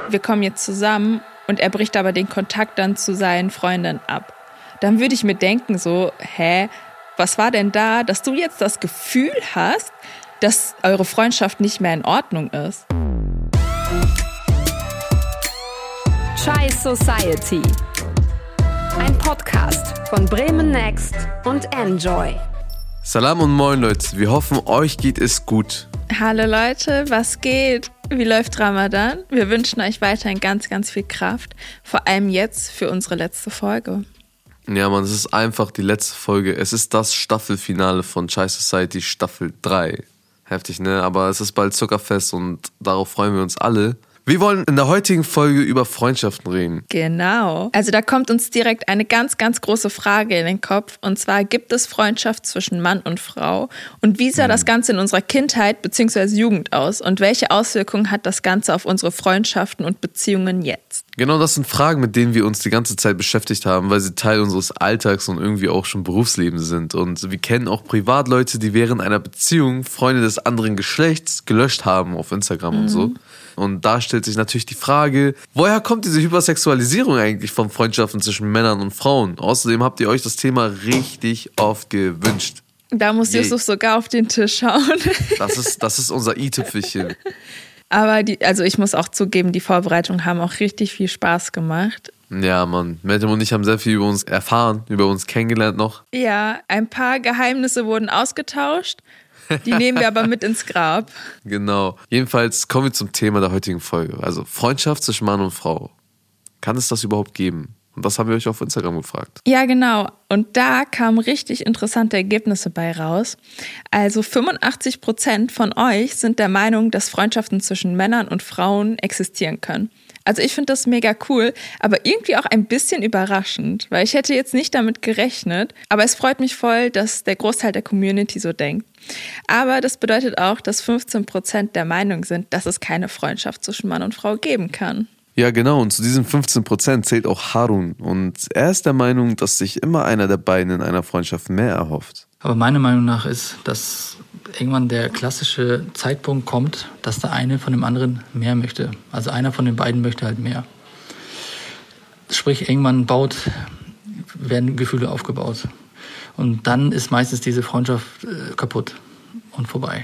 wir kommen jetzt zusammen und er bricht aber den Kontakt dann zu seinen Freundinnen ab. Dann würde ich mir denken so, was war denn da, dass du jetzt das Gefühl hast, dass eure Freundschaft nicht mehr in Ordnung ist? Chai Society. Ein Podcast von Bremen Next und Enjoy. Salam und moin Leute, wir hoffen, euch geht es gut. Hallo Leute, was geht? Wie läuft Ramadan? Wir wünschen euch weiterhin ganz, ganz viel Kraft. Vor allem jetzt für unsere letzte Folge. Ja Mann, es ist einfach die letzte Folge. Es ist das Staffelfinale von Chai Society Staffel 3. Heftig, ne? Aber es ist bald Zuckerfest und darauf freuen wir uns alle. Wir wollen in der heutigen Folge über Freundschaften reden. Genau. Also da kommt uns direkt eine ganz, ganz große Frage in den Kopf. Und zwar, gibt es Freundschaft zwischen Mann und Frau? Und wie sah das Ganze in unserer Kindheit bzw. Jugend aus? Und welche Auswirkungen hat das Ganze auf unsere Freundschaften und Beziehungen jetzt? Genau, das sind Fragen, mit denen wir uns die ganze Zeit beschäftigt haben, weil sie Teil unseres Alltags und irgendwie auch schon Berufslebens sind. Und wir kennen auch Privatleute, die während einer Beziehung Freunde des anderen Geschlechts gelöscht haben auf Instagram und so. Und da stellt sich natürlich die Frage, woher kommt diese Hypersexualisierung eigentlich von Freundschaften zwischen Männern und Frauen? Außerdem habt ihr euch das Thema richtig oft gewünscht. Da muss Yusuf sogar auf den Tisch schauen. Das ist unser i-Tüpfelchen. Aber ich muss auch zugeben, die Vorbereitungen haben auch richtig viel Spaß gemacht. Ja, Mann. Meltem und ich haben sehr viel über uns erfahren, über uns kennengelernt noch. Ja, ein paar Geheimnisse wurden ausgetauscht. Die nehmen wir aber mit ins Grab. Genau. Jedenfalls kommen wir zum Thema der heutigen Folge. Also Freundschaft zwischen Mann und Frau. Kann es das überhaupt geben? Und das haben wir euch auf Instagram gefragt. Ja, genau. Und da kamen richtig interessante Ergebnisse bei raus. Also 85% von euch sind der Meinung, dass Freundschaften zwischen Männern und Frauen existieren können. Also ich finde das mega cool, aber irgendwie auch ein bisschen überraschend, weil ich hätte jetzt nicht damit gerechnet. Aber es freut mich voll, dass der Großteil der Community so denkt. Aber das bedeutet auch, dass 15% der Meinung sind, dass es keine Freundschaft zwischen Mann und Frau geben kann. Ja, genau. Und zu diesen 15% zählt auch Harun. Und er ist der Meinung, dass sich immer einer der beiden in einer Freundschaft mehr erhofft. Aber meiner Meinung nach ist, dass irgendwann der klassische Zeitpunkt kommt, dass der eine von dem anderen mehr möchte. Also einer von den beiden möchte halt mehr. Sprich, irgendwann werden Gefühle aufgebaut. Und dann ist meistens diese Freundschaft kaputt und vorbei.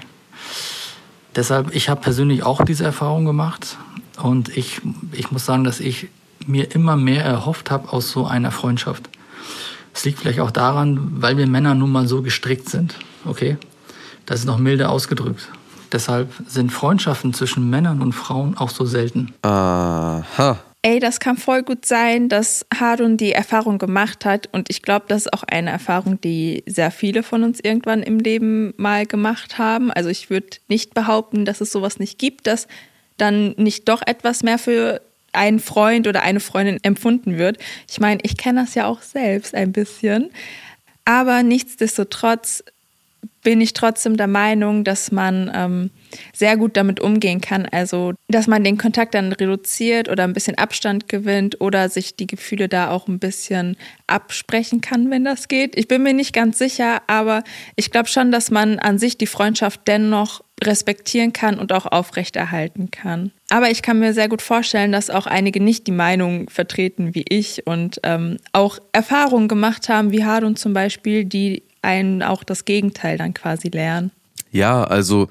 Deshalb, ich habe persönlich auch diese Erfahrung gemacht. Und ich muss sagen, dass ich mir immer mehr erhofft habe aus so einer Freundschaft. Es liegt vielleicht auch daran, weil wir Männer nun mal so gestrickt sind. Okay? Das ist noch milder ausgedrückt. Deshalb sind Freundschaften zwischen Männern und Frauen auch so selten. Aha. Ey, das kann voll gut sein, dass Harun die Erfahrung gemacht hat. Und ich glaube, das ist auch eine Erfahrung, die sehr viele von uns irgendwann im Leben mal gemacht haben. Also ich würde nicht behaupten, dass es sowas nicht gibt, dass dann nicht doch etwas mehr für einen Freund oder eine Freundin empfunden wird. Ich meine, ich kenne das ja auch selbst ein bisschen. Aber nichtsdestotrotz bin ich trotzdem der Meinung, dass man sehr gut damit umgehen kann. Also, dass man den Kontakt dann reduziert oder ein bisschen Abstand gewinnt oder sich die Gefühle da auch ein bisschen absprechen kann, wenn das geht. Ich bin mir nicht ganz sicher, aber ich glaube schon, dass man an sich die Freundschaft dennoch respektieren kann und auch aufrechterhalten kann. Aber ich kann mir sehr gut vorstellen, dass auch einige nicht die Meinung vertreten wie ich und auch Erfahrungen gemacht haben, wie Harun zum Beispiel, die einen auch das Gegenteil dann quasi lernen. Ja, also,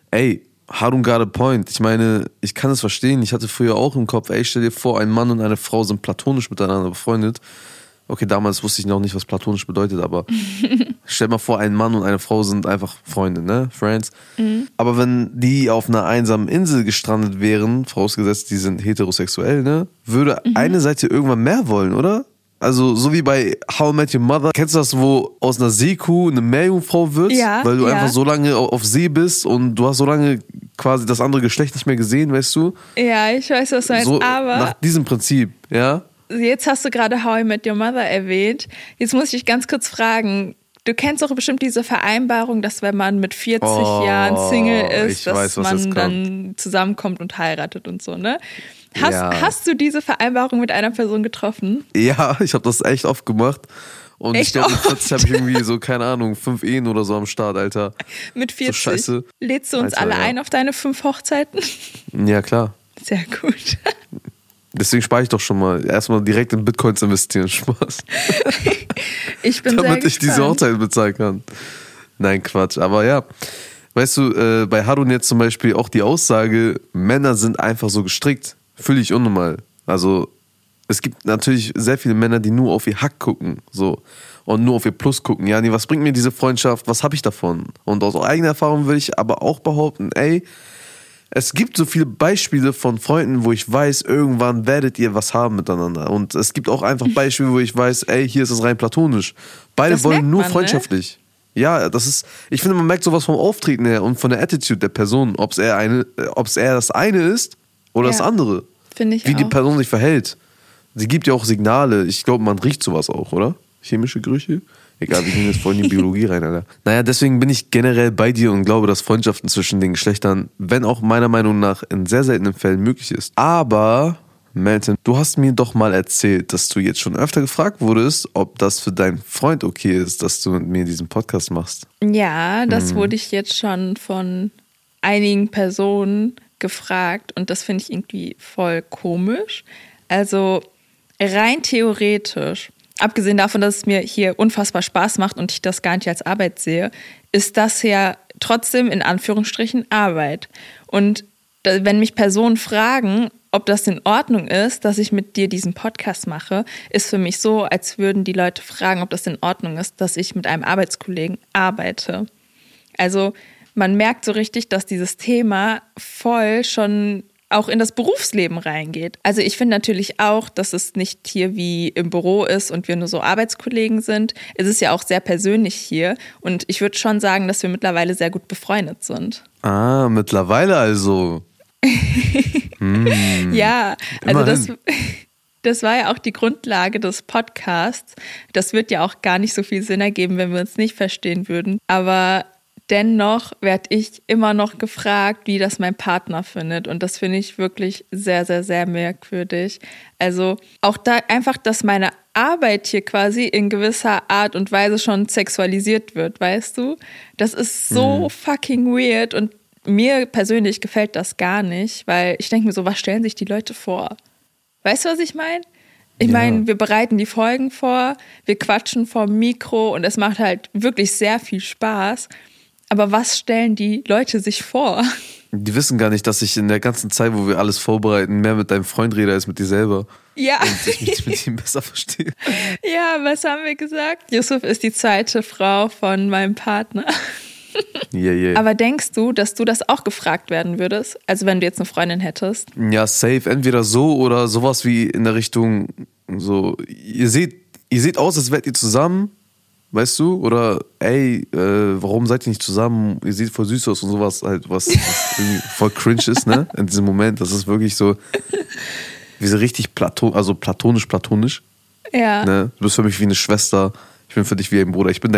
Harun got a point. Ich meine, ich kann es verstehen. Ich hatte früher auch im Kopf, stell dir vor, ein Mann und eine Frau sind platonisch miteinander befreundet. Okay, damals wusste ich noch nicht, was platonisch bedeutet, aber stell mal vor, ein Mann und eine Frau sind einfach Freunde, ne? Friends. Aber wenn die auf einer einsamen Insel gestrandet wären, vorausgesetzt, die sind heterosexuell, ne? Würde eine Seite irgendwann mehr wollen, oder? Also so wie bei How I Met Your Mother. Kennst du das, wo aus einer Seekuh eine Meerjungfrau wird? Ja, weil du einfach so lange auf See bist und du hast so lange quasi das andere Geschlecht nicht mehr gesehen, weißt du? Ja, ich weiß, was du meinst, so, aber nach diesem Prinzip, ja? Jetzt hast du gerade How I Met Your Mother erwähnt. Jetzt muss ich dich ganz kurz fragen, du kennst doch bestimmt diese Vereinbarung, dass wenn man mit 40 Jahren Single ist, dass man dann zusammenkommt und heiratet und so, ne? Hast du diese Vereinbarung mit einer Person getroffen? Ja, ich habe das echt oft gemacht. Und echt ich glaube, mit 40 habe ich irgendwie so, keine Ahnung, 5 Ehen oder so am Start, Alter. Mit 40? So scheiße. Lädst du uns Alter, alle ein auf deine 5 Hochzeiten? Ja, klar. Sehr gut. Deswegen spare ich doch schon mal. Erstmal direkt in Bitcoins investieren. Spaß. Ich bin damit sehr ich diese gespannt. Hochzeit bezahlen kann. Nein, Quatsch. Aber ja, weißt du, bei Harun jetzt zum Beispiel auch die Aussage, Männer sind einfach so gestrickt. Völlig unnormal. Also es gibt natürlich sehr viele Männer, die nur auf ihr Hack gucken. So. Und nur auf ihr Plus gucken. Ja, nee, was bringt mir diese Freundschaft? Was habe ich davon? Und aus eigener Erfahrung will ich aber auch behaupten, ey, es gibt so viele Beispiele von Freunden, wo ich weiß, irgendwann werdet ihr was haben miteinander. Und es gibt auch einfach Beispiele, wo ich weiß, ey, hier ist es rein platonisch. Beide Das wollen merkt nur man, ne? freundschaftlich. Ja, das ist, ich finde, man merkt sowas vom Auftreten her und von der Attitude der Person, ob es eher das eine ist oder das Ja, andere. finde ich Wie die auch. Person sich verhält. Sie gibt ja auch Signale. Ich glaube, man riecht sowas auch, oder? Chemische Gerüche? Egal, wir gehen jetzt voll in die Biologie rein, Alter. Naja, deswegen bin ich generell bei dir und glaube, dass Freundschaften zwischen den Geschlechtern, wenn auch meiner Meinung nach in sehr seltenen Fällen möglich ist. Aber, Melton, du hast mir doch mal erzählt, dass du jetzt schon öfter gefragt wurdest, ob das für deinen Freund okay ist, dass du mit mir diesen Podcast machst. Ja, das wurde ich jetzt schon von einigen Personen gefragt und das finde ich irgendwie voll komisch. Also rein theoretisch, abgesehen davon, dass es mir hier unfassbar Spaß macht und ich das gar nicht als Arbeit sehe, ist das ja trotzdem in Anführungsstrichen Arbeit. Und wenn mich Personen fragen, ob das in Ordnung ist, dass ich mit dir diesen Podcast mache, ist für mich so, als würden die Leute fragen, ob das in Ordnung ist, dass ich mit einem Arbeitskollegen arbeite. Also man merkt so richtig, dass dieses Thema voll schon auch in das Berufsleben reingeht. Also ich finde natürlich auch, dass es nicht hier wie im Büro ist und wir nur so Arbeitskollegen sind. Es ist ja auch sehr persönlich hier und ich würde schon sagen, dass wir mittlerweile sehr gut befreundet sind. Ah, mittlerweile also. Ja, also Immerhin. das war ja auch die Grundlage des Podcasts. Das wird ja auch gar nicht so viel Sinn ergeben, wenn wir uns nicht verstehen würden. Aber dennoch werde ich immer noch gefragt, wie das mein Partner findet. Und das finde ich wirklich sehr, sehr, sehr merkwürdig. Also auch da einfach, dass meine Arbeit hier quasi in gewisser Art und Weise schon sexualisiert wird, weißt du? Das ist so fucking weird und mir persönlich gefällt das gar nicht, weil ich denke mir so, was stellen sich die Leute vor? Weißt du, was ich meine? Ich meine, wir bereiten die Folgen vor, wir quatschen vorm Mikro und es macht halt wirklich sehr viel Spaß. Aber was stellen die Leute sich vor? Die wissen gar nicht, dass ich in der ganzen Zeit, wo wir alles vorbereiten, mehr mit deinem Freund rede als mit dir selber. Ja. Und ich mich mit ihm besser verstehe. Ja, was haben wir gesagt? Yusuf ist die zweite Frau von meinem Partner. Yeah. Aber denkst du, dass du das auch gefragt werden würdest? Also wenn du jetzt eine Freundin hättest? Ja, safe. Entweder so oder sowas wie in der Richtung, so, ihr seht aus, als wärt ihr zusammen, weißt du? Oder, ey, warum seid ihr nicht zusammen? Ihr seht voll süß aus und sowas halt, was irgendwie voll cringe ist, ne? In diesem Moment. Das ist wirklich so, wie so richtig platonisch. Ja. Ne? Du bist für mich wie eine Schwester. Ich bin für dich wie ein Bruder. Ich bin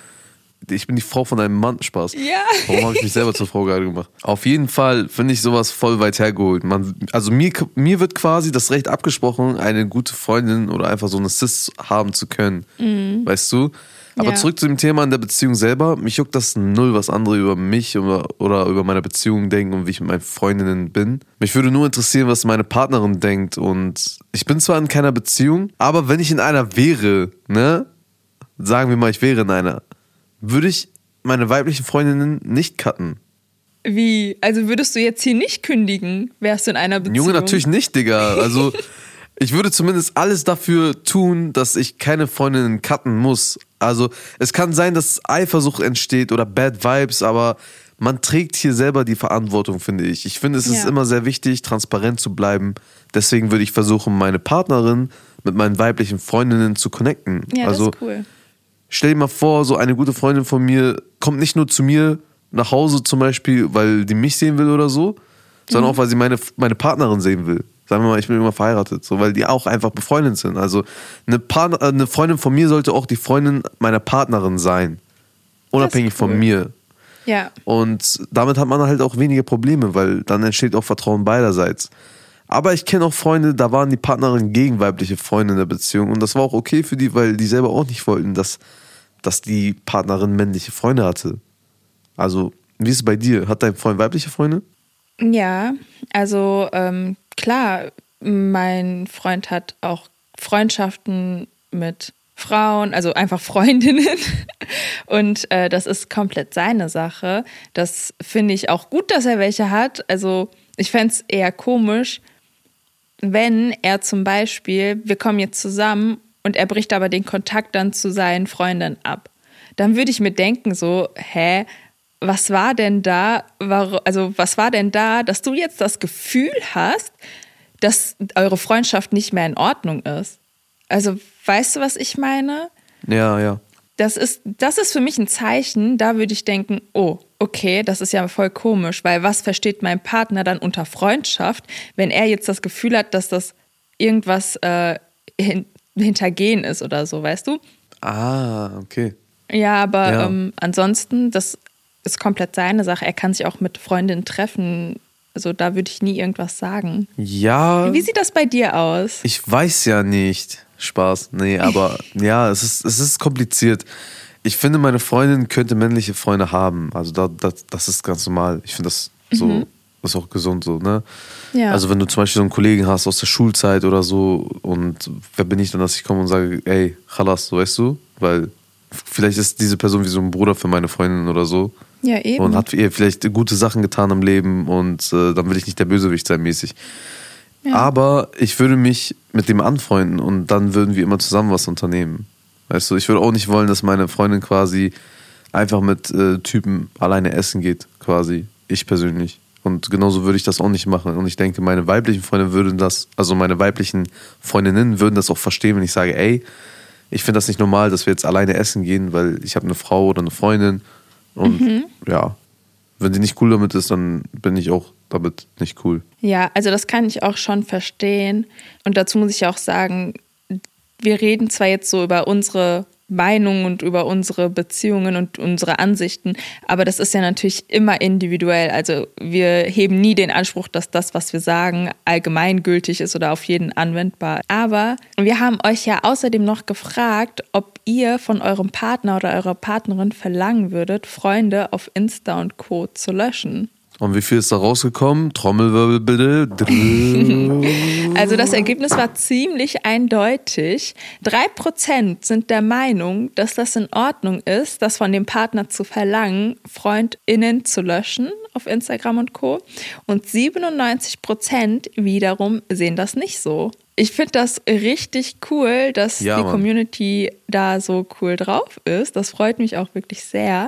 die Frau von einem Mann. Spaß. Ja. Warum habe ich mich selber zur Frau gerade gemacht? Auf jeden Fall finde ich sowas voll weit hergeholt. Also mir wird quasi das Recht abgesprochen, eine gute Freundin oder einfach so eine Sis haben zu können. Weißt du? Aber Ja. zurück zu dem Thema in der Beziehung selber. Mich juckt das null, was andere über mich oder über meine Beziehung denken und wie ich mit meinen Freundinnen bin. Mich würde nur interessieren, was meine Partnerin denkt. Und ich bin zwar in keiner Beziehung, aber wenn ich in einer wäre, ne? Sagen wir mal, ich wäre in einer, würde ich meine weiblichen Freundinnen nicht cutten. Wie? Also würdest du jetzt hier nicht kündigen, wärst du in einer Beziehung? Junge, natürlich nicht, Digga. Also ich würde zumindest alles dafür tun, dass ich keine Freundinnen cutten muss. Also es kann sein, dass Eifersucht entsteht oder Bad Vibes, aber man trägt hier selber die Verantwortung, finde ich. Ich finde, es ist immer sehr wichtig, transparent zu bleiben. Deswegen würde ich versuchen, meine Partnerin mit meinen weiblichen Freundinnen zu connecten. Ja, also das ist cool. stell dir mal vor, so eine gute Freundin von mir kommt nicht nur zu mir nach Hause zum Beispiel, weil die mich sehen will oder so, sondern auch, weil sie meine Partnerin sehen will. Sagen wir mal, ich bin immer verheiratet, so, weil die auch einfach befreundet sind. Also eine Freundin von mir sollte auch die Freundin meiner Partnerin sein. Unabhängig Das ist cool. von mir. Ja. Und damit hat man halt auch weniger Probleme, weil dann entsteht auch Vertrauen beiderseits. Aber ich kenne auch Freunde, da waren die Partnerin gegen weibliche Freunde in der Beziehung. Und das war auch okay für die, weil die selber auch nicht wollten, dass die Partnerin männliche Freunde hatte. Also, wie ist es bei dir? Hat dein Freund weibliche Freunde? Ja, also klar, mein Freund hat auch Freundschaften mit Frauen, also einfach Freundinnen. Und das ist komplett seine Sache. Das finde ich auch gut, dass er welche hat. Also ich fände es eher komisch, wenn er zum Beispiel, wir kommen jetzt zusammen und er bricht aber den Kontakt dann zu seinen Freundinnen ab. Dann würde ich mir denken so, was war denn da, dass du jetzt das Gefühl hast, dass eure Freundschaft nicht mehr in Ordnung ist? Also, weißt du, was ich meine? Ja. Das ist für mich ein Zeichen, da würde ich denken, oh, okay, das ist ja voll komisch, weil was versteht mein Partner dann unter Freundschaft, wenn er jetzt das Gefühl hat, dass das irgendwas hintergehen ist oder so, weißt du? Ah, okay. Ja, aber ansonsten, das ist komplett seine Sache. Er kann sich auch mit Freundinnen treffen. Also da würde ich nie irgendwas sagen. Ja. Wie sieht das bei dir aus? Ich weiß ja nicht. Spaß. Nee, aber ja, es ist kompliziert. Ich finde, meine Freundin könnte männliche Freunde haben. Also das ist ganz normal. Ich finde das so, ist auch gesund so, ne? Ja. Also wenn du zum Beispiel so einen Kollegen hast aus der Schulzeit oder so und wer bin ich dann, dass ich komme und sage, ey, Chalas, so, weißt du? Weil vielleicht ist diese Person wie so ein Bruder für meine Freundin oder so. Ja, eben. Und hat ihr vielleicht gute Sachen getan im Leben und dann will ich nicht der Bösewicht sein mäßig. Ja. Aber ich würde mich mit dem anfreunden und dann würden wir immer zusammen was unternehmen. Weißt du, ich würde auch nicht wollen, dass meine Freundin quasi einfach mit Typen alleine essen geht, quasi. Ich persönlich. Und genauso würde ich das auch nicht machen. Und ich denke, meine weiblichen Freundinnen würden das auch verstehen, wenn ich sage, ey, ich finde das nicht normal, dass wir jetzt alleine essen gehen, weil ich habe eine Frau oder eine Freundin. Und ja, wenn sie nicht cool damit ist, dann bin ich auch damit nicht cool. Ja, also das kann ich auch schon verstehen. Und dazu muss ich auch sagen, wir reden zwar jetzt so über unsere Meinungen und über unsere Beziehungen und unsere Ansichten, aber das ist ja natürlich immer individuell. Also wir heben nie den Anspruch, dass das, was wir sagen, allgemeingültig ist oder auf jeden anwendbar. Aber wir haben euch ja außerdem noch gefragt, ob ihr von eurem Partner oder eurer Partnerin verlangen würdet, Freunde auf Insta und Co. zu löschen. Und wie viel ist da rausgekommen? Trommelwirbel bitte. Also das Ergebnis war ziemlich eindeutig. 3% sind der Meinung, dass das in Ordnung ist, das von dem Partner zu verlangen, FreundInnen zu löschen auf Instagram und Co. Und 97% wiederum sehen das nicht so. Ich finde das richtig cool, dass die Community da so cool drauf ist. Das freut mich auch wirklich sehr.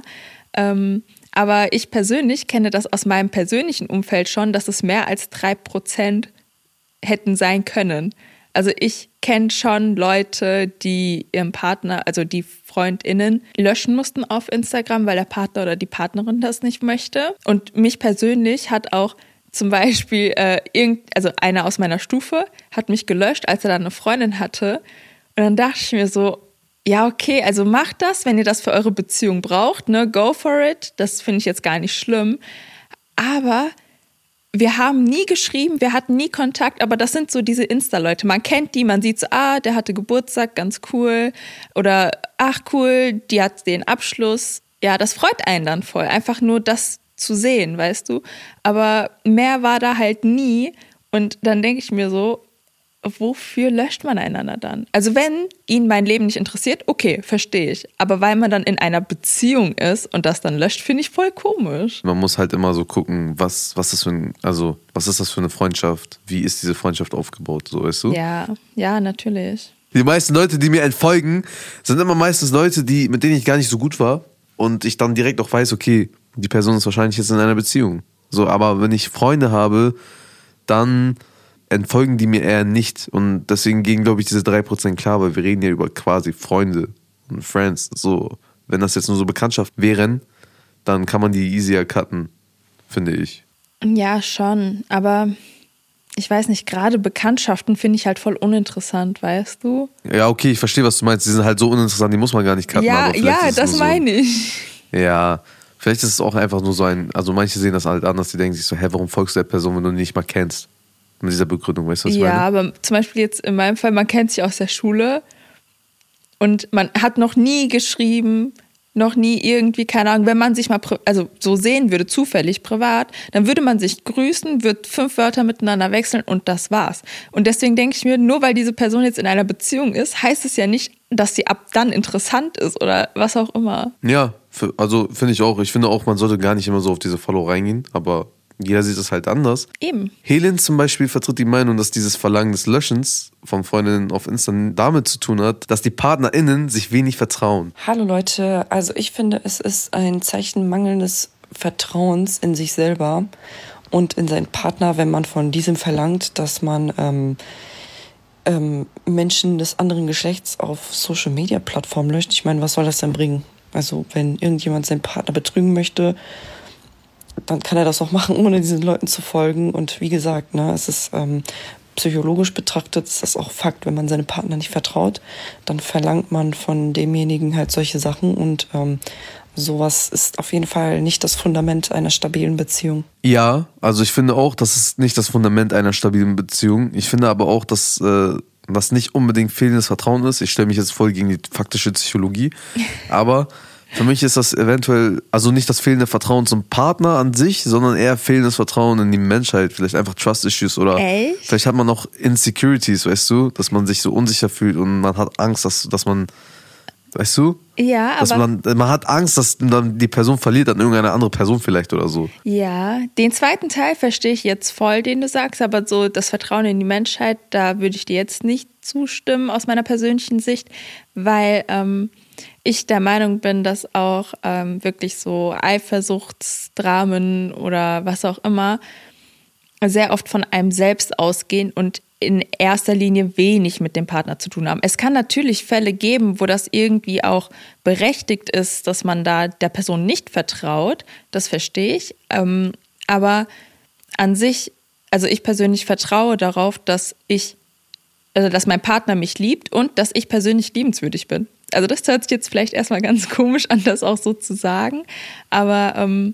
Aber ich persönlich kenne das aus meinem persönlichen Umfeld schon, dass es mehr als 3% hätten sein können. Also ich kenne schon Leute, die ihren Partner, also die FreundInnen, löschen mussten auf Instagram, weil der Partner oder die Partnerin das nicht möchte. Und mich persönlich hat auch zum Beispiel einer aus meiner Stufe hat mich gelöscht, als er dann eine Freundin hatte. Und dann dachte ich mir so, ja, okay, also macht das, wenn ihr das für eure Beziehung braucht, ne? Go for it. Das finde ich jetzt gar nicht schlimm. Aber wir haben nie geschrieben, wir hatten nie Kontakt, aber das sind so diese Insta-Leute. Man kennt die, man sieht so, der hatte Geburtstag, ganz cool. Oder, ach cool, die hat den Abschluss. Ja, das freut einen dann voll. Einfach nur das zu sehen, weißt du. Aber mehr war da halt nie. Und dann denke ich mir so, wofür löscht man einander dann? Also wenn ihn mein Leben nicht interessiert, okay, verstehe ich. Aber weil man dann in einer Beziehung ist und das dann löscht, finde ich voll komisch. Man muss halt immer so gucken, was ist das für eine Freundschaft? Wie ist diese Freundschaft aufgebaut, so, weißt du? Ja, natürlich. Die meisten Leute, die mir entfolgen, sind immer meistens Leute, mit denen ich gar nicht so gut war und ich dann direkt auch weiß, okay, die Person ist wahrscheinlich jetzt in einer Beziehung. So, aber wenn ich Freunde habe, dann entfolgen die mir eher nicht. Und deswegen gehen, glaube ich, diese 3% klar, weil wir reden ja über quasi Freunde und Friends. So, wenn das jetzt nur so Bekanntschaft wären, dann kann man die easier cutten, finde ich. Ja, schon. Aber ich weiß nicht, gerade Bekanntschaften finde ich halt voll uninteressant, weißt du? Ja, okay, ich verstehe, was du meinst. Die sind halt so uninteressant, die muss man gar nicht cutten. Ja, aber das meine ich. Ja, vielleicht ist es auch einfach nur so also manche sehen das halt anders, die denken sich so, warum folgst du der Person, wenn du die nicht mal kennst? Mit dieser Begründung, weißt du, was ich meine? Ja, aber zum Beispiel jetzt in meinem Fall, man kennt sich aus der Schule und man hat noch nie geschrieben, noch nie irgendwie, keine Ahnung, wenn man sich mal so sehen würde, zufällig privat, dann würde man sich grüßen, wird 5 Wörter miteinander wechseln und das war's. Und deswegen denke ich mir, nur weil diese Person jetzt in einer Beziehung ist, heißt es ja nicht, dass sie ab dann interessant ist oder was auch immer. Ja, also finde ich auch. Ich finde auch, man sollte gar nicht immer so auf diese Follow reingehen, aber jeder sieht es halt anders. Eben. Helen zum Beispiel vertritt die Meinung, dass dieses Verlangen des Löschens von Freundinnen auf Insta damit zu tun hat, dass die PartnerInnen sich wenig vertrauen. Hallo Leute, also ich finde, es ist ein Zeichen mangelndes Vertrauens in sich selber und in seinen Partner, wenn man von diesem verlangt, dass man Menschen des anderen Geschlechts auf Social-Media-Plattformen löscht. Ich meine, was soll das denn bringen? Also wenn irgendjemand seinen Partner betrügen möchte, dann kann er das auch machen, ohne diesen Leuten zu folgen. Und wie gesagt, ne, es ist psychologisch betrachtet, ist das auch Fakt. Wenn man seinem Partner nicht vertraut, dann verlangt man von demjenigen halt solche Sachen. Und sowas ist auf jeden Fall nicht das Fundament einer stabilen Beziehung. Ja, also ich finde auch, das ist nicht das Fundament einer stabilen Beziehung. Ich finde aber auch, dass das nicht unbedingt fehlendes Vertrauen ist. Ich stelle mich jetzt voll gegen die faktische Psychologie. Aber für mich ist das eventuell, also nicht das fehlende Vertrauen zum Partner an sich, sondern eher fehlendes Vertrauen in die Menschheit. Vielleicht einfach Trust-Issues oder vielleicht hat man auch Insecurities, weißt du, dass man sich so unsicher fühlt und man hat Angst, dass man, weißt du? Ja, dass aber man hat Angst, dass dann die Person verliert an irgendeine andere Person vielleicht oder so. ja, den zweiten Teil verstehe ich jetzt voll, den du sagst, aber so das Vertrauen in die Menschheit, da würde ich dir jetzt nicht zustimmen aus meiner persönlichen Sicht, weil ich der Meinung bin, dass auch wirklich so Eifersuchtsdramen oder was auch immer sehr oft von einem selbst ausgehen und in erster Linie wenig mit dem Partner zu tun haben. Es kann natürlich Fälle geben, wo das irgendwie auch berechtigt ist, dass man da der Person nicht vertraut. Das verstehe ich. Aber an sich, also ich persönlich vertraue darauf, dass mein Partner mich liebt und dass ich persönlich liebenswürdig bin. Also das hört sich jetzt vielleicht erstmal ganz komisch an, das auch so zu sagen, aber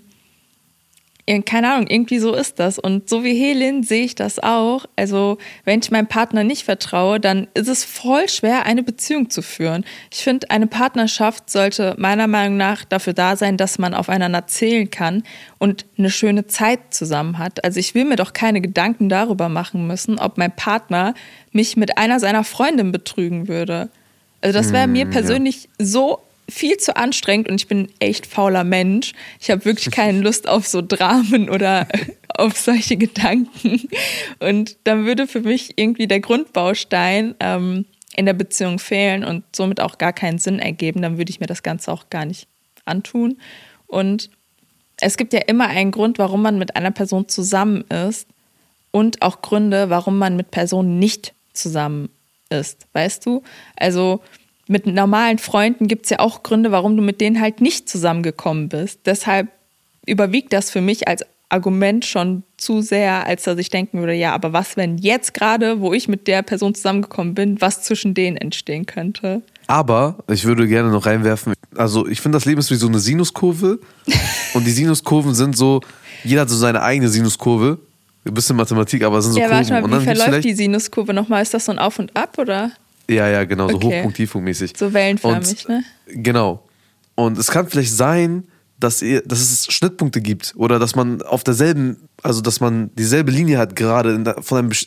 keine Ahnung, irgendwie so ist das. Und so wie Helen sehe ich das auch. Also wenn ich meinem Partner nicht vertraue, dann ist es voll schwer, eine Beziehung zu führen. Ich finde, eine Partnerschaft sollte meiner Meinung nach dafür da sein, dass man aufeinander zählen kann und eine schöne Zeit zusammen hat. Also ich will mir doch keine Gedanken darüber machen müssen, ob mein Partner mich mit einer seiner Freundinnen betrügen würde. Also das wäre mir persönlich so viel zu anstrengend und ich bin ein echt fauler Mensch. Ich habe wirklich keine Lust auf so Dramen oder auf solche Gedanken. Und dann würde für mich irgendwie der Grundbaustein in der Beziehung fehlen und somit auch gar keinen Sinn ergeben. Dann würde ich mir das Ganze auch gar nicht antun. Und es gibt ja immer einen Grund, warum man mit einer Person zusammen ist und auch Gründe, warum man mit Personen nicht zusammen ist. Weißt du? Also mit normalen Freunden gibt es ja auch Gründe, warum du mit denen halt nicht zusammengekommen bist. Deshalb überwiegt das für mich als Argument schon zu sehr, als dass ich denken würde, ja, aber was, wenn jetzt gerade, wo ich mit der Person zusammengekommen bin, was zwischen denen entstehen könnte? Aber ich würde gerne noch reinwerfen, also ich finde, das Leben ist wie so eine Sinuskurve und die Sinuskurven sind so, jeder hat so seine eigene Sinuskurve. Ein bisschen Mathematik, aber es sind so Kurven. Warte mal, und dann wie verläuft die Sinuskurve nochmal? Ist das so ein Auf und Ab, oder? Ja, genau, so Okay. Hochpunkt, Tiefpunkt mäßig. So wellenförmig, ne? Genau. Und es kann vielleicht sein, dass es Schnittpunkte gibt oder dass man auf derselben, also dass man dieselbe Linie hat gerade in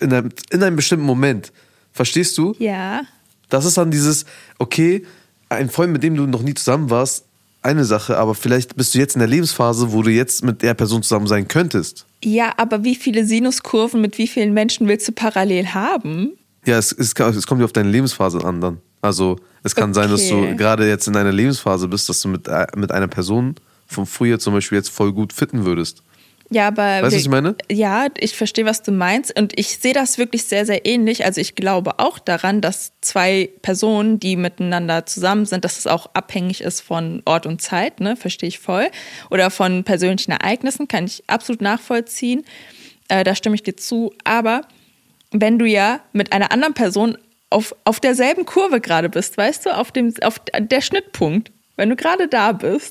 einem bestimmten Moment. Verstehst du? Ja. Das ist dann dieses, okay, ein Freund, mit dem du noch nie zusammen warst, eine Sache, aber vielleicht bist du jetzt in der Lebensphase, wo du jetzt mit der Person zusammen sein könntest. Ja, aber wie viele Sinuskurven mit wie vielen Menschen willst du parallel haben? Ja, es kommt ja auf deine Lebensphase an dann. Also es kann sein, dass du gerade jetzt in einer Lebensphase bist, dass du mit einer Person von früher zum Beispiel jetzt voll gut fitten würdest. Ja, aber Weißt du, was ich meine? Ja, ich verstehe, was du meinst und ich sehe das wirklich sehr, sehr ähnlich. Also ich glaube auch daran, dass zwei Personen, die miteinander zusammen sind, dass es auch abhängig ist von Ort und Zeit, ne, verstehe ich voll. Oder von persönlichen Ereignissen, kann ich absolut nachvollziehen. Da stimme ich dir zu. Aber wenn du ja mit einer anderen Person auf derselben Kurve gerade bist, weißt du, auf der Schnittpunkt, wenn du gerade da bist,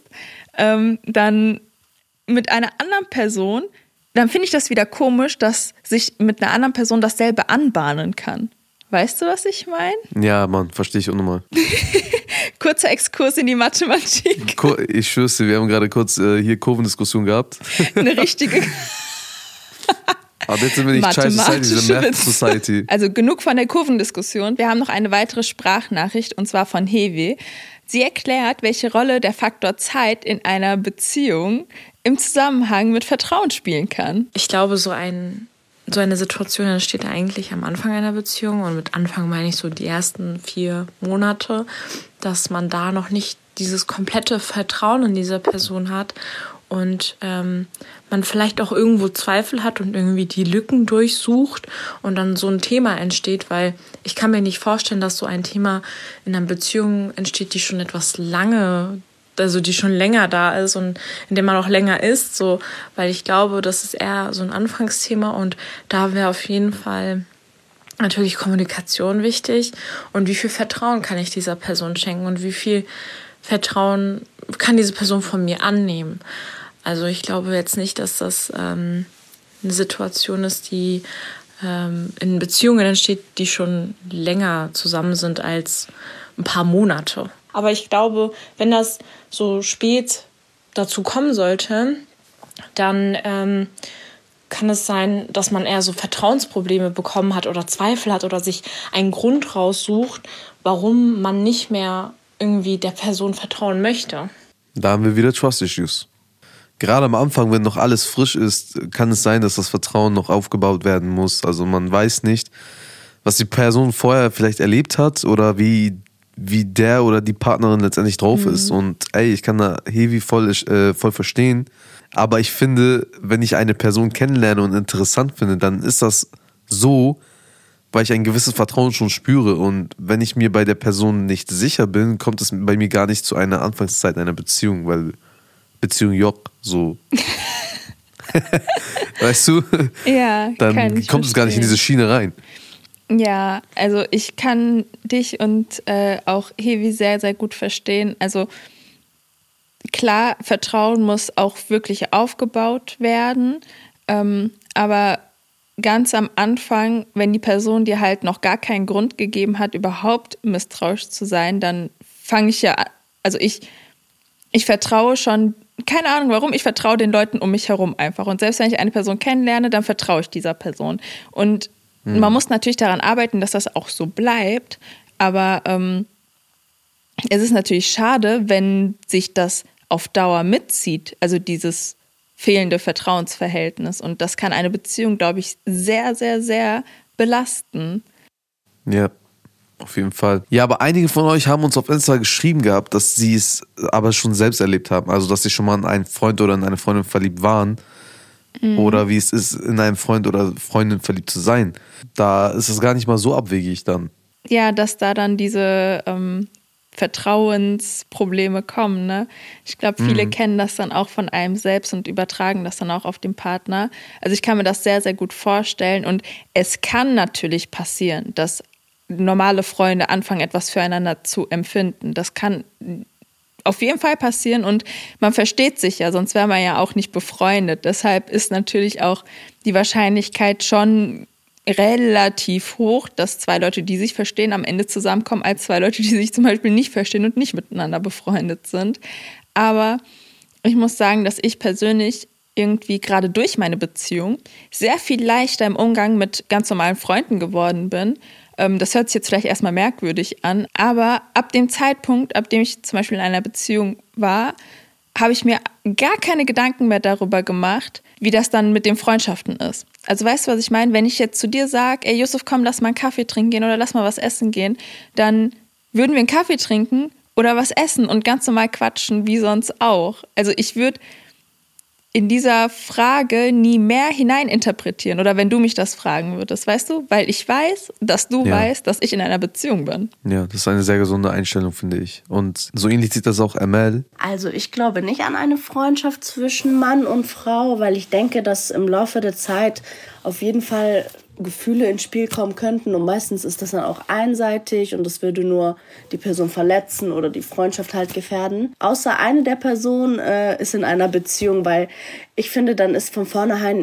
dann mit einer anderen Person, dann finde ich das wieder komisch, dass sich mit einer anderen Person dasselbe anbahnen kann. Weißt du, was ich meine? Ja, Mann, verstehe ich unnormal. Kurzer Exkurs in die Mathematik. Ich schwör's dir, wir haben gerade kurz hier Kurvendiskussion gehabt. Eine richtige... Aber jetzt sind wir nicht Chai Society, diese Math Society. Also genug von der Kurvendiskussion. Wir haben noch eine weitere Sprachnachricht und zwar von Hewe. Sie erklärt, welche Rolle der Faktor Zeit in einer Beziehung im Zusammenhang mit Vertrauen spielen kann. Ich glaube, so eine Situation entsteht eigentlich am Anfang einer Beziehung. Und mit Anfang meine ich so die ersten 4 Monate, dass man da noch nicht dieses komplette Vertrauen in diese Person hat. Und man vielleicht auch irgendwo Zweifel hat und irgendwie die Lücken durchsucht und dann so ein Thema entsteht, weil ich kann mir nicht vorstellen, dass so ein Thema in einer Beziehung entsteht, die schon etwas lange, also die schon länger da ist und in dem man auch länger ist, so, weil ich glaube, das ist eher so ein Anfangsthema und da wäre auf jeden Fall natürlich Kommunikation wichtig und wie viel Vertrauen kann ich dieser Person schenken und wie viel Vertrauen kann diese Person von mir annehmen. Also ich glaube jetzt nicht, dass das eine Situation ist, die in Beziehungen entsteht, die schon länger zusammen sind als ein paar Monate. Aber ich glaube, wenn das so spät dazu kommen sollte, dann kann es sein, dass man eher so Vertrauensprobleme bekommen hat oder Zweifel hat oder sich einen Grund raussucht, warum man nicht mehr irgendwie der Person vertrauen möchte. Da haben wir wieder Trust Issues. Gerade am Anfang, wenn noch alles frisch ist, kann es sein, dass das Vertrauen noch aufgebaut werden muss. Also man weiß nicht, was die Person vorher vielleicht erlebt hat oder wie der oder die Partnerin letztendlich drauf ist. Und ich kann da Hevi voll verstehen. Aber ich finde, wenn ich eine Person kennenlerne und interessant finde, dann ist das so, weil ich ein gewisses Vertrauen schon spüre. Und wenn ich mir bei der Person nicht sicher bin, kommt es bei mir gar nicht zu einer Anfangszeit einer Beziehung, weil Beziehung Jock, so. Weißt du? Ja, dann kommt es gar nicht in diese Schiene rein. Ja, also ich kann dich und auch Hevi sehr, sehr gut verstehen. Also klar, Vertrauen muss auch wirklich aufgebaut werden, aber ganz am Anfang, wenn die Person dir halt noch gar keinen Grund gegeben hat, überhaupt misstrauisch zu sein, dann fange ich ja, also ich vertraue schon, keine Ahnung warum, ich vertraue den Leuten um mich herum einfach. Und selbst wenn ich eine Person kennenlerne, dann vertraue ich dieser Person. Und man muss natürlich daran arbeiten, dass das auch so bleibt. Aber es ist natürlich schade, wenn sich das auf Dauer mitzieht, also dieses fehlende Vertrauensverhältnis. Und das kann eine Beziehung, glaube ich, sehr, sehr, sehr belasten. Ja. Auf jeden Fall. Ja, aber einige von euch haben uns auf Insta geschrieben gehabt, dass sie es aber schon selbst erlebt haben. Also, dass sie schon mal in einen Freund oder in eine Freundin verliebt waren. Oder wie es ist, in einen Freund oder Freundin verliebt zu sein. Da ist es gar nicht mal so abwegig dann. Ja, dass da dann diese Vertrauensprobleme kommen, ne? Ich glaube, viele kennen das dann auch von einem selbst und übertragen das dann auch auf den Partner. Also ich kann mir das sehr, sehr gut vorstellen. Und es kann natürlich passieren, dass normale Freunde anfangen, etwas füreinander zu empfinden. Das kann auf jeden Fall passieren und man versteht sich ja, sonst wäre man ja auch nicht befreundet. Deshalb ist natürlich auch die Wahrscheinlichkeit schon relativ hoch, dass 2 Leute, die sich verstehen, am Ende zusammenkommen, als 2 Leute, die sich zum Beispiel nicht verstehen und nicht miteinander befreundet sind. Aber ich muss sagen, dass ich persönlich irgendwie gerade durch meine Beziehung sehr viel leichter im Umgang mit ganz normalen Freunden geworden bin. Das hört sich jetzt vielleicht erstmal merkwürdig an, aber ab dem Zeitpunkt, ab dem ich zum Beispiel in einer Beziehung war, habe ich mir gar keine Gedanken mehr darüber gemacht, wie das dann mit den Freundschaften ist. Also weißt du, was ich meine? Wenn ich jetzt zu dir sage, ey Yusuf, komm, lass mal einen Kaffee trinken gehen oder lass mal was essen gehen, dann würden wir einen Kaffee trinken oder was essen und ganz normal quatschen, wie sonst auch. Also ich würde in dieser Frage nie mehr hineininterpretieren oder wenn du mich das fragen würdest, weißt du? Weil ich weiß, dass du weißt, dass ich in einer Beziehung bin. Ja, das ist eine sehr gesunde Einstellung, finde ich. Und so ähnlich sieht das auch Amel. Also ich glaube nicht an eine Freundschaft zwischen Mann und Frau, weil ich denke, dass im Laufe der Zeit auf jeden Fall Gefühle ins Spiel kommen könnten und meistens ist das dann auch einseitig und das würde nur die Person verletzen oder die Freundschaft halt gefährden. Außer eine der Personen ist in einer Beziehung, weil ich finde, dann ist von vornherein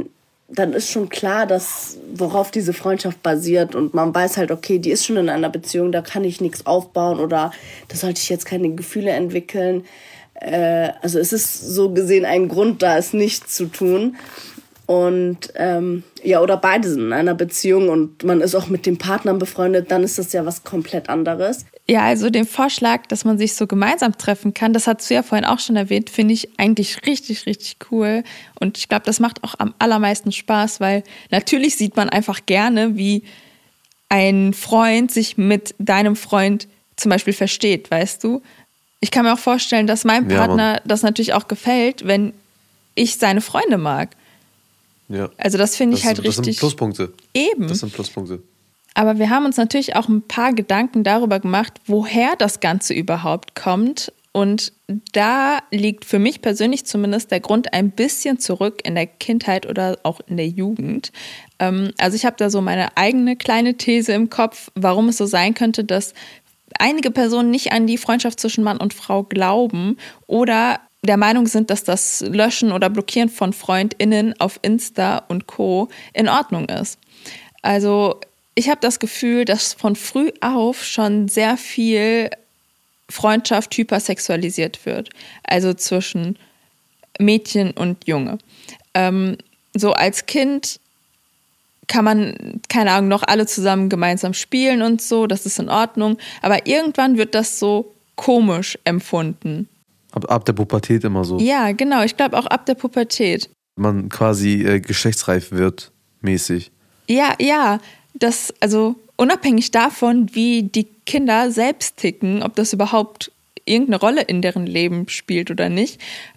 dann ist schon klar, worauf diese Freundschaft basiert. Und man weiß halt, okay, die ist schon in einer Beziehung, da kann ich nichts aufbauen oder da sollte ich jetzt keine Gefühle entwickeln. Also es ist so gesehen ein Grund, da es nicht zu tun. Und oder beide sind in einer Beziehung und man ist auch mit dem Partner befreundet, dann ist das ja was komplett anderes. Ja, also den Vorschlag, dass man sich so gemeinsam treffen kann, das hast du ja vorhin auch schon erwähnt, finde ich eigentlich richtig, richtig cool. Und ich glaube, das macht auch am allermeisten Spaß, weil natürlich sieht man einfach gerne, wie ein Freund sich mit deinem Freund zum Beispiel versteht, weißt du? Ich kann mir auch vorstellen, dass meinem Partner das natürlich auch gefällt, wenn ich seine Freunde mag. Ja. Also das finde ich halt richtig. Das sind Pluspunkte. Eben. Das sind Pluspunkte. Aber wir haben uns natürlich auch ein paar Gedanken darüber gemacht, woher das Ganze überhaupt kommt. Und da liegt für mich persönlich zumindest der Grund ein bisschen zurück in der Kindheit oder auch in der Jugend. Also ich habe da so meine eigene kleine These im Kopf, warum es so sein könnte, dass einige Personen nicht an die Freundschaft zwischen Mann und Frau glauben oder der Meinung sind, dass das Löschen oder Blockieren von FreundInnen auf Insta und Co. in Ordnung ist. Also ich habe das Gefühl, dass von früh auf schon sehr viel Freundschaft hypersexualisiert wird. Also zwischen Mädchen und Junge. So als Kind kann man, keine Ahnung, noch alle zusammen gemeinsam spielen und so, das ist in Ordnung. Aber irgendwann wird das so komisch empfunden. Ab der Pubertät immer so. Ja, genau, ich glaube auch ab der Pubertät. Man quasi geschlechtsreif wird, mäßig. Ja, das, also unabhängig davon, wie die Kinder selbst ticken, ob das überhaupt irgendeine Rolle in deren Leben spielt oder nicht,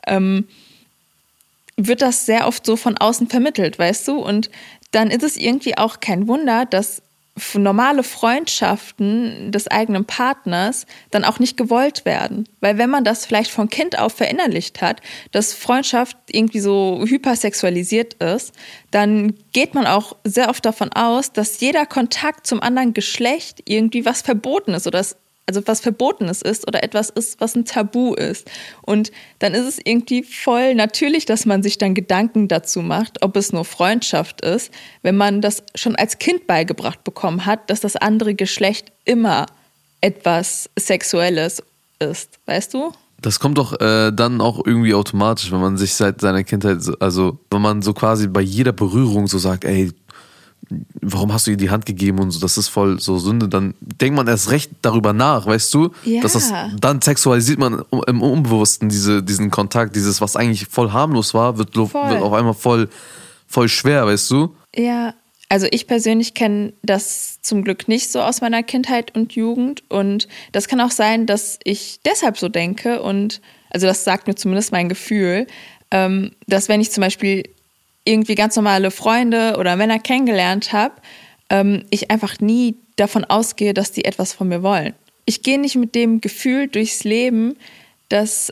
wird das sehr oft so von außen vermittelt, weißt du? Und dann ist es irgendwie auch kein Wunder, dass normale Freundschaften des eigenen Partners dann auch nicht gewollt werden. Weil wenn man das vielleicht von Kind auf verinnerlicht hat, dass Freundschaft irgendwie so hypersexualisiert ist, dann geht man auch sehr oft davon aus, dass jeder Kontakt zum anderen Geschlecht irgendwie was Verbotenes oder was Verbotenes ist oder etwas ist, was ein Tabu ist. Und dann ist es irgendwie voll natürlich, dass man sich dann Gedanken dazu macht, ob es nur Freundschaft ist, wenn man das schon als Kind beigebracht bekommen hat, dass das andere Geschlecht immer etwas Sexuelles ist. Weißt du? Das kommt doch dann auch irgendwie automatisch, wenn man sich seit seiner Kindheit, also wenn man so quasi bei jeder Berührung so sagt, ey, warum hast du ihr die Hand gegeben und so, das ist voll so Sünde, dann denkt man erst recht darüber nach, weißt du? Ja. Dann sexualisiert man im Unbewussten diesen Kontakt, dieses, was eigentlich voll harmlos war, wird auf einmal voll schwer, weißt du? Ja, also ich persönlich kenne das zum Glück nicht so aus meiner Kindheit und Jugend und das kann auch sein, dass ich deshalb so denke und, also das sagt mir zumindest mein Gefühl, dass wenn ich zum Beispiel irgendwie ganz normale Freunde oder Männer kennengelernt habe, ich einfach nie davon ausgehe, dass die etwas von mir wollen. Ich gehe nicht mit dem Gefühl durchs Leben, dass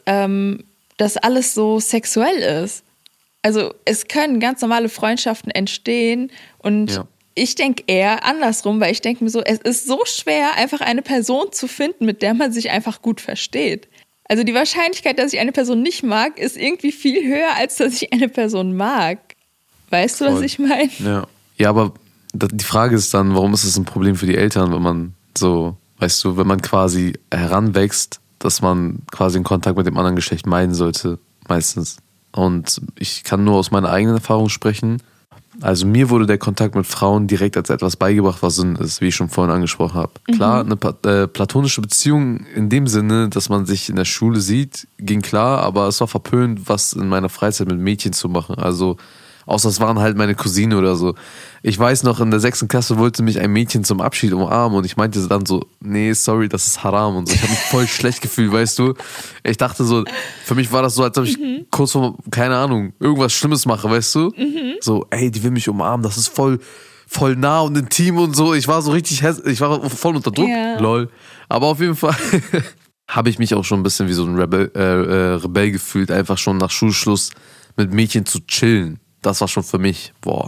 das alles so sexuell ist. Also es können ganz normale Freundschaften entstehen und ich denke eher andersrum, weil ich denke mir so, es ist so schwer, einfach eine Person zu finden, mit der man sich einfach gut versteht. Also die Wahrscheinlichkeit, dass ich eine Person nicht mag, ist irgendwie viel höher, als dass ich eine Person mag. Weißt du, was ich meine? Ja, aber die Frage ist dann, warum ist es ein Problem für die Eltern, wenn man so, weißt du, wenn man quasi heranwächst, dass man quasi den Kontakt mit dem anderen Geschlecht meiden sollte, meistens. Und ich kann nur aus meiner eigenen Erfahrung sprechen. Also mir wurde der Kontakt mit Frauen direkt als etwas beigebracht, was Sinn ist, wie ich schon vorhin angesprochen habe. Klar, eine platonische Beziehung in dem Sinne, dass man sich in der Schule sieht, ging klar, aber es war verpönt, was in meiner Freizeit mit Mädchen zu machen. Also außer es waren halt meine Cousine oder so. Ich weiß noch, in der 6. Klasse wollte mich ein Mädchen zum Abschied umarmen und ich meinte dann so, nee, sorry, das ist Haram und so. Ich habe mich voll schlecht gefühlt, weißt du. Ich dachte so, für mich war das so, als ob ich kurz vor, keine Ahnung, irgendwas Schlimmes mache, weißt du. So, ey, die will mich umarmen, das ist voll nah und intim und so. Ich war so richtig ich war voll unter Druck, lol. Aber auf jeden Fall habe ich mich auch schon ein bisschen wie so ein Rebell gefühlt, einfach schon nach Schulschluss mit Mädchen zu chillen. Das war schon für mich,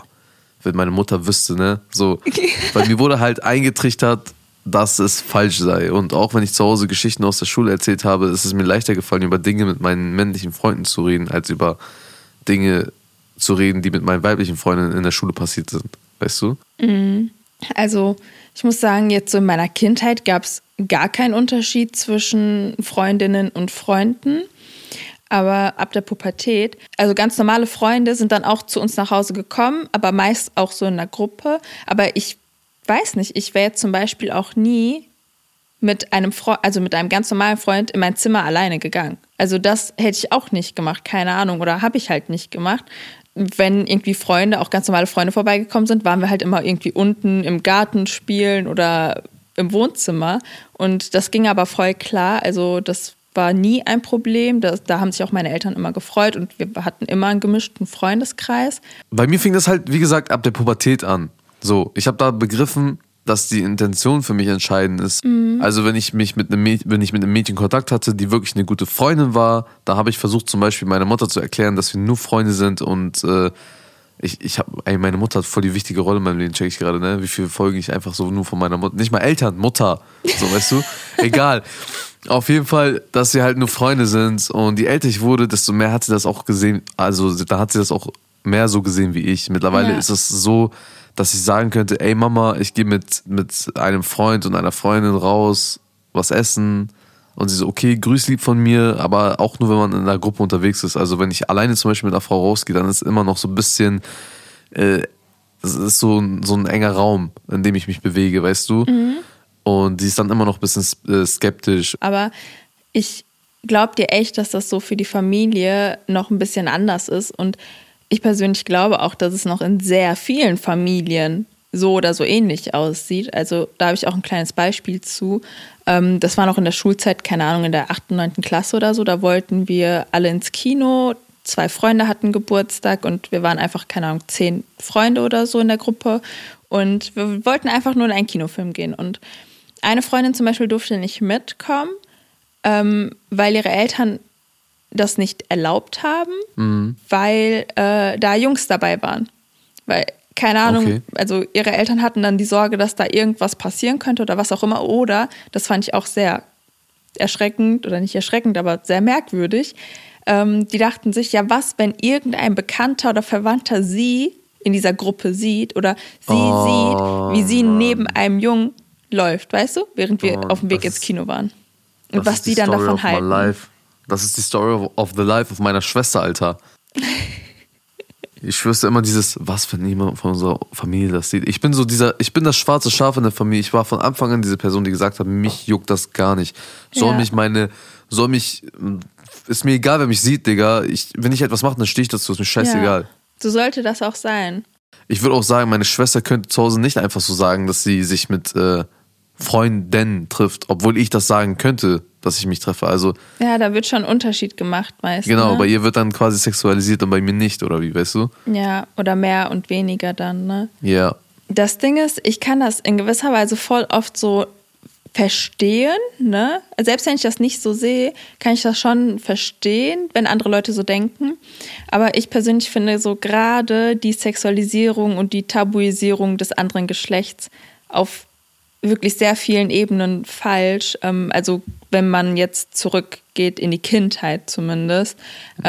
wenn meine Mutter wüsste, ne? So, weil mir wurde halt eingetrichtert, dass es falsch sei. Und auch wenn ich zu Hause Geschichten aus der Schule erzählt habe, ist es mir leichter gefallen, über Dinge mit meinen männlichen Freunden zu reden, als über Dinge zu reden, die mit meinen weiblichen Freundinnen in der Schule passiert sind. Weißt du? Also ich muss sagen, jetzt so in meiner Kindheit gab es gar keinen Unterschied zwischen Freundinnen und Freunden. Aber ab der Pubertät, also ganz normale Freunde sind dann auch zu uns nach Hause gekommen, aber meist auch so in einer Gruppe. Aber ich weiß nicht, ich wäre jetzt zum Beispiel auch nie mit einem ganz normalen Freund in mein Zimmer alleine gegangen. Also das hätte ich auch nicht gemacht, keine Ahnung, oder habe ich halt nicht gemacht. Wenn irgendwie Freunde, auch ganz normale Freunde vorbeigekommen sind, waren wir halt immer irgendwie unten im Garten spielen oder im Wohnzimmer. Und das ging aber voll klar, also das war nie ein Problem. Da haben sich auch meine Eltern immer gefreut und wir hatten immer einen gemischten Freundeskreis. Bei mir fing das halt, wie gesagt, ab der Pubertät an. So, ich habe da begriffen, dass die Intention für mich entscheidend ist. Also wenn ich mit einem Mädchen Kontakt hatte, die wirklich eine gute Freundin war, da habe ich versucht zum Beispiel meiner Mutter zu erklären, dass wir nur Freunde sind und meine Mutter hat voll die wichtige Rolle in meinem Leben, check ich gerade, ne? Wie viele Folgen ich einfach so nur von meiner Mutter, nicht mal Eltern, Mutter, so, weißt du? Egal. Auf jeden Fall, dass wir halt nur Freunde sind und je älter ich wurde, desto mehr hat sie das auch gesehen, also da hat sie das auch mehr so gesehen wie ich. Mittlerweile ist es so, dass ich sagen könnte, ey Mama, ich gehe mit einem Freund und einer Freundin raus, was essen. Und sie so, okay, grüß lieb von mir, aber auch nur, wenn man in einer Gruppe unterwegs ist. Also wenn ich alleine zum Beispiel mit einer Frau rausgehe, dann ist immer noch so ein bisschen, das ist so ein enger Raum, in dem ich mich bewege, weißt du? Und sie ist dann immer noch ein bisschen skeptisch. Aber ich glaube dir echt, dass das so für die Familie noch ein bisschen anders ist. Und ich persönlich glaube auch, dass es noch in sehr vielen Familien so oder so ähnlich aussieht. Also da habe ich auch ein kleines Beispiel zu. Das war noch in der Schulzeit, keine Ahnung, in der 8., 9. Klasse oder so. Da wollten wir alle ins Kino. 2 Freunde hatten Geburtstag und wir waren einfach, keine Ahnung, 10 Freunde oder so in der Gruppe. Und wir wollten einfach nur in einen Kinofilm gehen. Und eine Freundin zum Beispiel durfte nicht mitkommen, weil ihre Eltern das nicht erlaubt haben, weil da Jungs dabei waren. Weil, keine Ahnung, also ihre Eltern hatten dann die Sorge, dass da irgendwas passieren könnte oder was auch immer. Oder, das fand ich auch sehr erschreckend, oder nicht erschreckend, aber sehr merkwürdig. Die dachten sich, ja was, wenn irgendein Bekannter oder Verwandter sie in dieser Gruppe sieht oder sie sieht, wie sie neben einem Jungen läuft, weißt du? Während wir auf dem Weg ins Kino waren. Und was die dann davon halten. Das ist die Story of the life of meiner Schwester, Alter. Ich schwör's dir immer was, wenn niemand von unserer Familie das sieht. Ich bin das schwarze Schaf in der Familie. Ich war von Anfang an diese Person, die gesagt hat, mich juckt das gar nicht. Ist mir egal, wer mich sieht, Digga. Wenn ich etwas mache, dann stehe ich dazu, ist mir scheißegal. Ja, so sollte das auch sein. Ich würde auch sagen, meine Schwester könnte zu Hause nicht einfach so sagen, dass sie sich mit Freunden trifft, obwohl ich das sagen könnte, dass ich mich treffe. Also, ja, da wird schon ein Unterschied gemacht meistens. Genau, ne? Bei ihr wird dann quasi sexualisiert und bei mir nicht, oder wie, weißt du? Ja, oder mehr und weniger dann, ne? Ja. Das Ding ist, ich kann das in gewisser Weise voll oft so verstehen, ne? Selbst wenn ich das nicht so sehe, kann ich das schon verstehen, wenn andere Leute so denken. Aber ich persönlich finde so gerade die Sexualisierung und die Tabuisierung des anderen Geschlechts auf wirklich sehr vielen Ebenen falsch. Also wenn man jetzt zurückgeht in die Kindheit zumindest.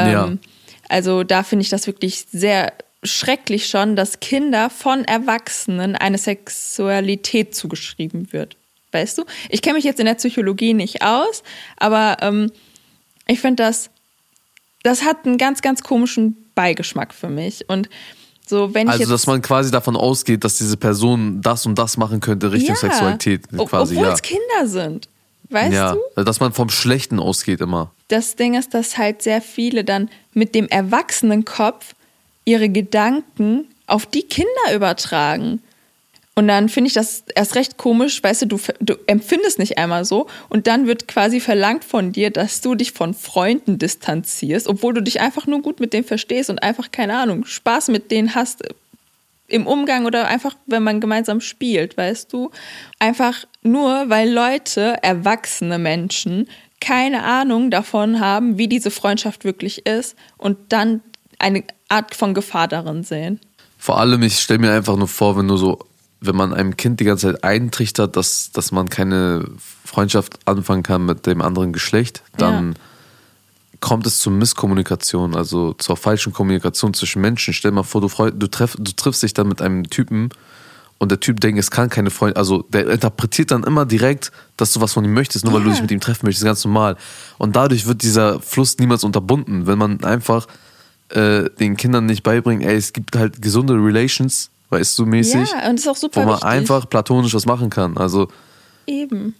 Also da finde ich das wirklich sehr schrecklich schon, dass Kinder von Erwachsenen eine Sexualität zugeschrieben wird. Weißt du? Ich kenne mich jetzt in der Psychologie nicht aus, aber ich finde, das hat einen ganz, ganz komischen Beigeschmack für mich. Und so, dass man quasi davon ausgeht, dass diese Person das und das machen könnte Richtung Sexualität. Quasi, obwohl es Kinder sind. Weißt du? Dass man vom Schlechten ausgeht immer. Das Ding ist, dass halt sehr viele dann mit dem Erwachsenenkopf ihre Gedanken auf die Kinder übertragen. Und dann finde ich das erst recht komisch, weißt du empfindest nicht einmal so und dann wird quasi verlangt von dir, dass du dich von Freunden distanzierst, obwohl du dich einfach nur gut mit denen verstehst und einfach, keine Ahnung, Spaß mit denen hast im Umgang oder einfach, wenn man gemeinsam spielt, weißt du? Einfach nur, weil Leute, erwachsene Menschen, keine Ahnung davon haben, wie diese Freundschaft wirklich ist und dann eine Art von Gefahr darin sehen. Vor allem, ich stelle mir einfach nur vor, wenn man einem Kind die ganze Zeit eintrichtert, dass man keine Freundschaft anfangen kann mit dem anderen Geschlecht, dann kommt es zu Misskommunikation, also zur falschen Kommunikation zwischen Menschen. Stell dir mal vor, du triffst dich dann mit einem Typen und der Typ denkt, es kann keine Freundin, also der interpretiert dann immer direkt, dass du was von ihm möchtest, nur weil du dich mit ihm treffen möchtest, ganz normal. Und dadurch wird dieser Fluss niemals unterbunden, wenn man einfach den Kindern nicht beibringt, es gibt halt gesunde Relations, weißt du, mäßig, ja, und das ist auch super wo man wichtig. einfach platonisch was machen kann. Also Eben.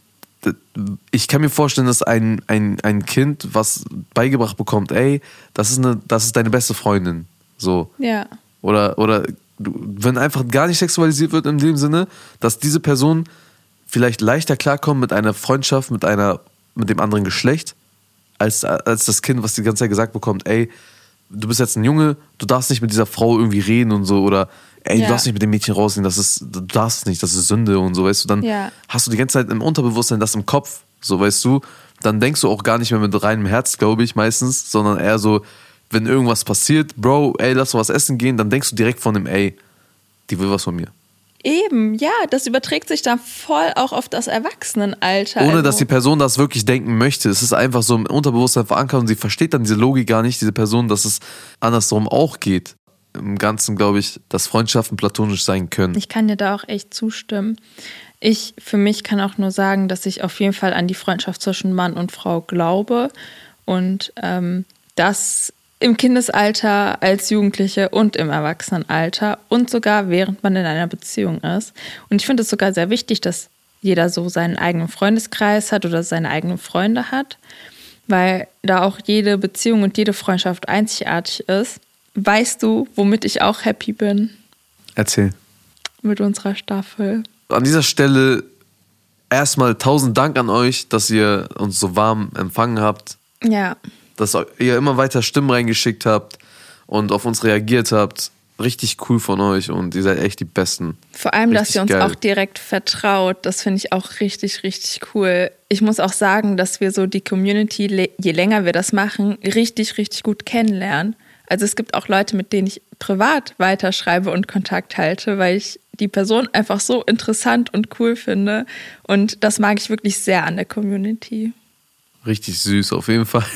Ich kann mir vorstellen, dass ein Kind, was beigebracht bekommt, das ist deine beste Freundin, so. Ja. Oder wenn einfach gar nicht sexualisiert wird in dem Sinne, dass diese Person vielleicht leichter klarkommt mit einer Freundschaft mit dem anderen Geschlecht, als das Kind, was die ganze Zeit gesagt bekommt, du bist jetzt ein Junge, du darfst nicht mit dieser Frau irgendwie reden und so, oder du darfst nicht mit dem Mädchen rausgehen, du darfst nicht, das ist Sünde und so, weißt du, dann hast du die ganze Zeit im Unterbewusstsein das im Kopf, so, weißt du, dann denkst du auch gar nicht mehr mit reinem Herz, glaube ich, meistens, sondern eher so, wenn irgendwas passiert, Bro, lass was essen gehen, dann denkst du direkt von dem, die will was von mir. Eben, ja, das überträgt sich dann voll auch auf das Erwachsenenalter. Ohne, dass die Person das wirklich denken möchte. Es ist einfach so im Unterbewusstsein verankert und sie versteht dann diese Logik gar nicht, diese Person, dass es andersrum auch geht. Im Ganzen glaube ich, dass Freundschaften platonisch sein können. Ich kann dir da auch echt zustimmen. Ich für mich kann auch nur sagen, dass ich auf jeden Fall an die Freundschaft zwischen Mann und Frau glaube und das im Kindesalter, als Jugendliche und im Erwachsenenalter und sogar während man in einer Beziehung ist. Und ich finde es sogar sehr wichtig, dass jeder so seinen eigenen Freundeskreis hat oder seine eigenen Freunde hat, weil da auch jede Beziehung und jede Freundschaft einzigartig ist. Weißt du, womit ich auch happy bin? Erzähl. Mit unserer Staffel. An dieser Stelle erstmal 1000 Dank an euch, dass ihr uns so warm empfangen habt. Ja. Dass ihr immer weiter Stimmen reingeschickt habt und auf uns reagiert habt. Richtig cool von euch und ihr seid echt die Besten. Vor allem, richtig dass ihr uns geil. auch direkt vertraut, das finde ich auch richtig, richtig cool. Ich muss auch sagen, dass wir so die Community, je länger wir das machen, richtig, richtig gut kennenlernen. Also es gibt auch Leute, mit denen ich privat weiterschreibe und Kontakt halte, weil ich die Person einfach so interessant und cool finde. Und das mag ich wirklich sehr an der Community. Richtig süß, auf jeden Fall.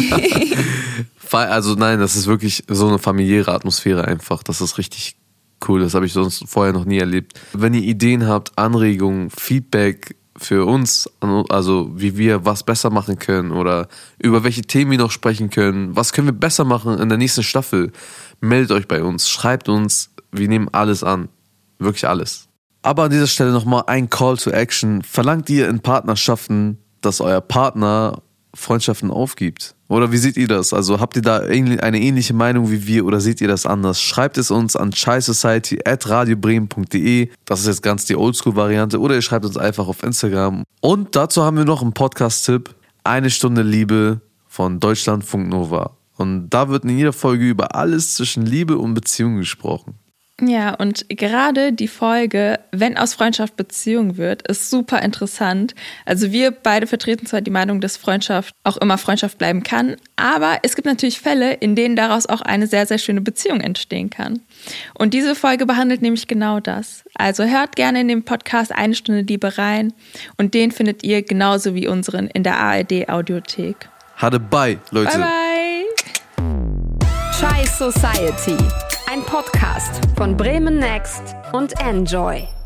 Also nein, das ist wirklich so eine familiäre Atmosphäre einfach. Das ist richtig cool. Das habe ich sonst vorher noch nie erlebt. Wenn ihr Ideen habt, Anregungen, Feedback für uns, also wie wir was besser machen können oder über welche Themen wir noch sprechen können, was können wir besser machen in der nächsten Staffel, meldet euch bei uns, schreibt uns, wir nehmen alles an. Wirklich alles. Aber an dieser Stelle nochmal ein Call to Action. Verlangt ihr in Partnerschaften, dass euer Partner Freundschaften aufgibt? Oder wie seht ihr das? Also habt ihr da eine ähnliche Meinung wie wir oder seht ihr das anders? Schreibt es uns an chaisociety@radiobremen.de. Das ist jetzt ganz die Oldschool-Variante. Oder ihr schreibt uns einfach auf Instagram. Und dazu haben wir noch einen Podcast-Tipp. 1 Stunde Liebe von Deutschlandfunk Nova. Und da wird in jeder Folge über alles zwischen Liebe und Beziehung gesprochen. Ja, und gerade die Folge, wenn aus Freundschaft Beziehung wird, ist super interessant. Also wir beide vertreten zwar die Meinung, dass Freundschaft auch immer Freundschaft bleiben kann, aber es gibt natürlich Fälle, in denen daraus auch eine sehr, sehr schöne Beziehung entstehen kann. Und diese Folge behandelt nämlich genau das. Also hört gerne in den Podcast 1 Stunde Liebe rein und den findet ihr genauso wie unseren in der ARD Audiothek. Hatte bye, Leute. Bye, bye. Chai Society. Ein Podcast von Bremen Next und Enjoy.